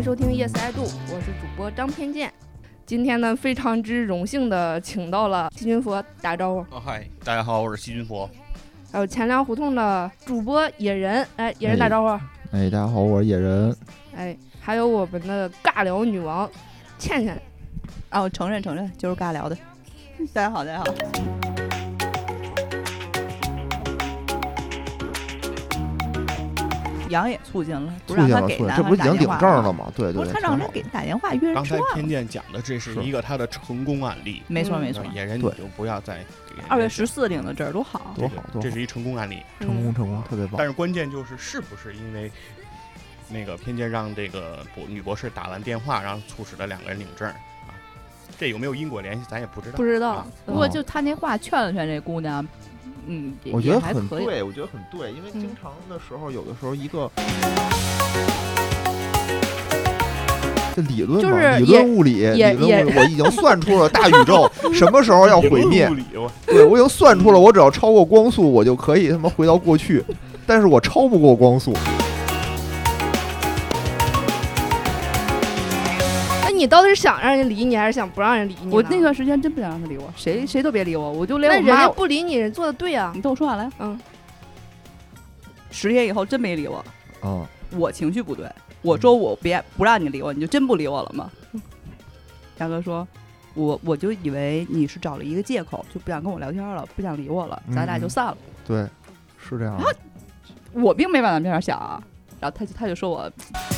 收听 Yes I Do， 我是主播张偏见。今天呢，非常之荣幸的请到了细菌佛，打招呼。 嗨，大家好，我是细菌佛。 还有钱粮胡同的主播野人，哎，野人打招呼。 大家好，我是野人。 哎，还有我们的尬聊女王倩倩。 我承认，就是尬聊的。大家好。杨也促进了，不让他给这不是已经领证了吗？对， 不是他让人给打电话约人刚才吃饭。 偏见讲的这是一个他的成功案例， 没错。 野人你就不要再 2月14领的证多好， 这是一成功案例， 成功，特别棒。 但是关键是不是因为那个偏见让这个女博士打完电话，然后促使了2个人领证啊？这有没有因果联系，咱也不知道。 不过就他那话劝了劝这姑娘。 我觉得很对，因为经常的时候，有的时候一个这理论嘛，理论物理，我已经算出了大宇宙什么时候要毁灭。对，我已经算出了，我只要超过光速，我就可以他妈回到过去，但是我超不过光速。 你到底是想让人理你，还是想不让人理你？ 我那段时间真不想让他理我，谁都别理我，我就连我妈。 那人家不理你，人做的对啊。 你等我说完来。10天以后真没理我。我情绪不对，我说我不让你理我，你就真不理我了吗？大哥说，我就以为你是找了一个借口，就不想跟我聊天了，不想理我了，咱俩就散了。 对，是这样。 然后我并没往那边想啊，然后他就说我。